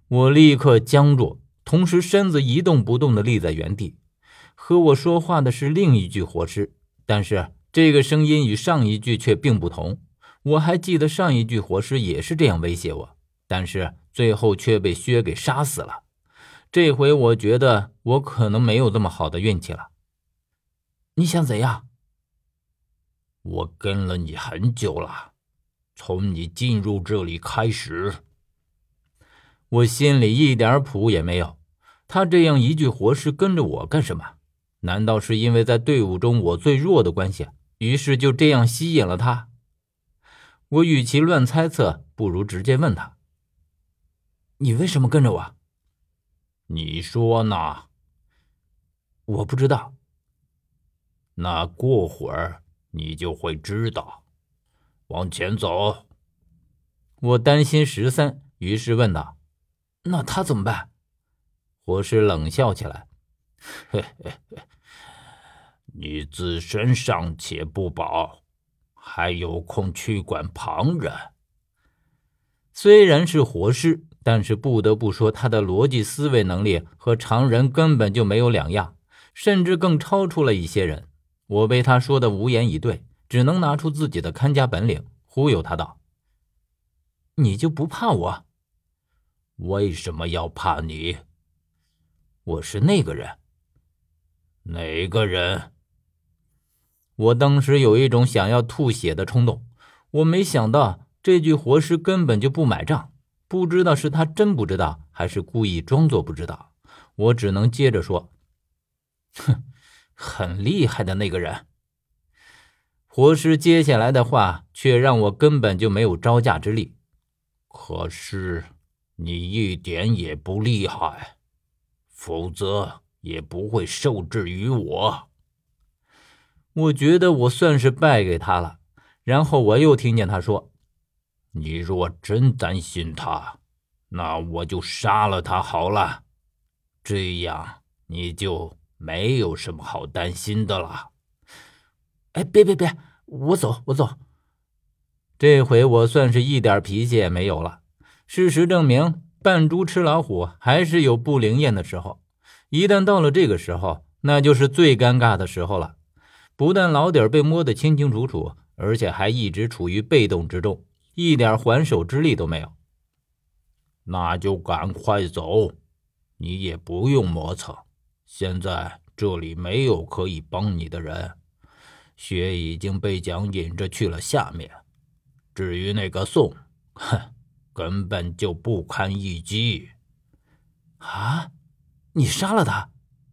我立刻僵住，同时身子一动不动地立在原地。和我说话的是另一具活尸，但是这个声音与上一句却并不同。我还记得上一具活尸也是这样威胁我，但是最后却被薛给杀死了。这回我觉得我可能没有这么好的运气了。你想怎样？ 我跟了你很久了，从你进入这里开始。 我心里一点谱也没有，他这样一具活尸跟着我干什么？难道是因为在队伍中我最弱的关系，于是就这样吸引了他？我与其乱猜测，不如直接问他：你为什么跟着我？ 你说呢？ 我不知道。 那过会儿你就会知道。往前走。 我担心13，于是问道：那他怎么办？活尸冷笑起来： 嘿嘿嘿，你自身尚且不保，还有空去管旁人？ 虽然是活尸，但是不得不说他的逻辑思维能力和常人根本就没有两样，甚至更超出了一些人。我被他说的无言以对，只能拿出自己的看家本领忽悠他道：你就不怕我？ 为什么要怕你？ 我是那个人。 哪个人？ 我当时有一种想要吐血的冲动。我没想到这具活尸根本就不买账，不知道是他真不知道，还是故意装作不知道。我只能接着说：哼，很厉害的那个人。活尸接下来的话却让我根本就没有招架之力。 可是你一点也不厉害，否则也不会受制于我。 我觉得我算是败给他了。然后我又听见他说： 你若真担心他，那我就杀了他好了，这样你就没有什么好担心的了。 哎，别，我走。这回我算是一点脾气也没有了。事实证明，扮猪吃老虎还是有不灵验的时候。一旦到了这个时候，那就是最尴尬的时候了。不但老底儿被摸得清清楚楚，而且还一直处于被动之中，一点还手之力都没有。 那就赶快走，你也不用磨蹭，现在这里没有可以帮你的人，血已经被蒋引着去了下面。至于那个宋，根本就不堪一击。 啊，你杀了他？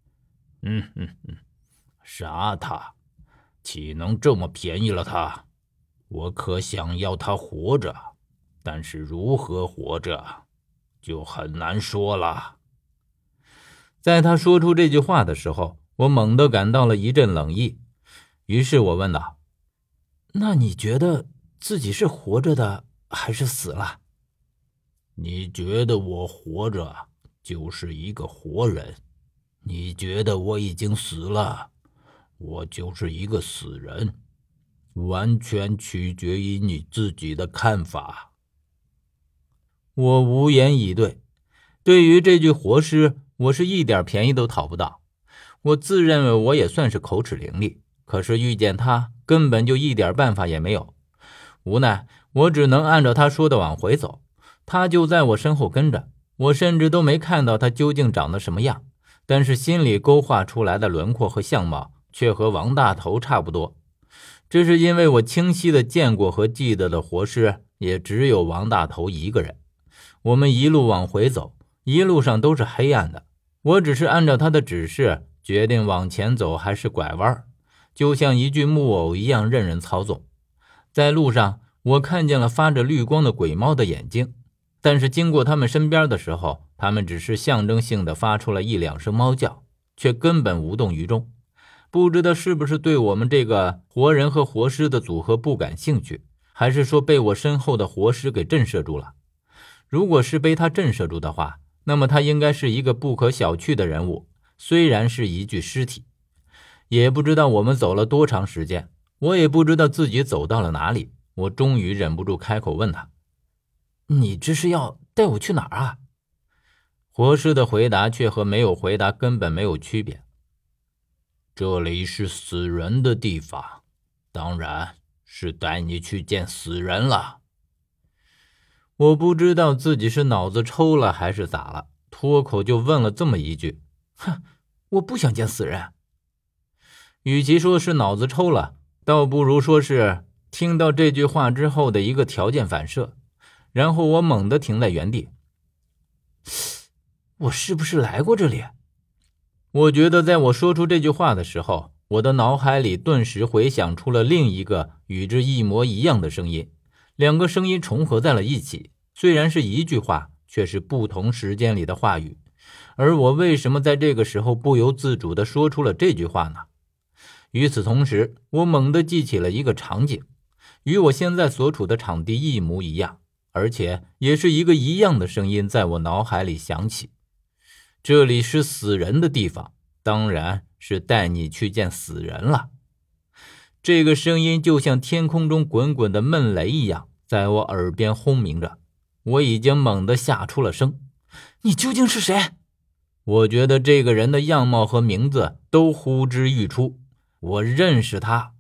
杀他？岂能这么便宜了他？我可想要他活着，但是如何活着，就很难说了。 在他说出这句话的时候，我猛地感到了一阵冷意。于是我问道：那你觉得自己是活着的还是死了？ 你觉得我活着就是一个活人，你觉得我已经死了，我就是一个死人，完全取决于你自己的看法。 我无言以对。对于这具活尸，我是一点便宜都讨不到。我自认为我也算是口齿伶俐，可是遇见他根本就一点办法也没有。无奈我只能按照他说的往回走，他就在我身后跟着，我甚至都没看到他究竟长得什么样，但是心里勾画出来的轮廓和相貌却和王大头差不多。这是因为我清晰的见过和记得的活尸也只有王大头一个人。我们一路往回走，一路上都是黑暗的，我只是按照他的指示决定往前走还是拐弯，就像一具木偶一样任人操纵。在路上我看见了发着绿光的鬼猫的眼睛，但是经过他们身边的时候，他们只是象征性的发出了一两声猫叫，却根本无动于衷。不知道是不是对我们这个活人和活尸的组合不感兴趣，还是说被我身后的活尸给震慑住了。如果是被他震慑住的话，那么他应该是一个不可小觑的人物，虽然是一具尸体。也不知道我们走了多长时间，我也不知道自己走到了哪里，我终于忍不住开口问他：你这是要带我去哪儿啊？ 活尸的回答却和没有回答根本没有区别。 这里是死人的地方，当然是带你去见死人了。 我不知道自己是脑子抽了还是咋了，脱口就问了这么一句：哼，我不想见死人。与其说是脑子抽了，倒不如说是听到这句话之后的一个条件反射。然后我猛地停在原地，我是不是来过这里？我觉得在我说出这句话的时候，我的脑海里顿时回响出了另一个与之一模一样的声音，两个声音重合在了一起，虽然是一句话，却是不同时间里的话语。而我为什么在这个时候不由自主地说出了这句话呢？与此同时，我猛地记起了一个场景，与我现在所处的场地一模一样，而且也是一个一样的声音在我脑海里响起。这里是死人的地方，当然是带你去见死人了。这个声音就像天空中滚滚的闷雷一样，在我耳边轰鸣着。我已经猛地吓出了声。你究竟是谁？我觉得这个人的样貌和名字都呼之欲出。我认识他。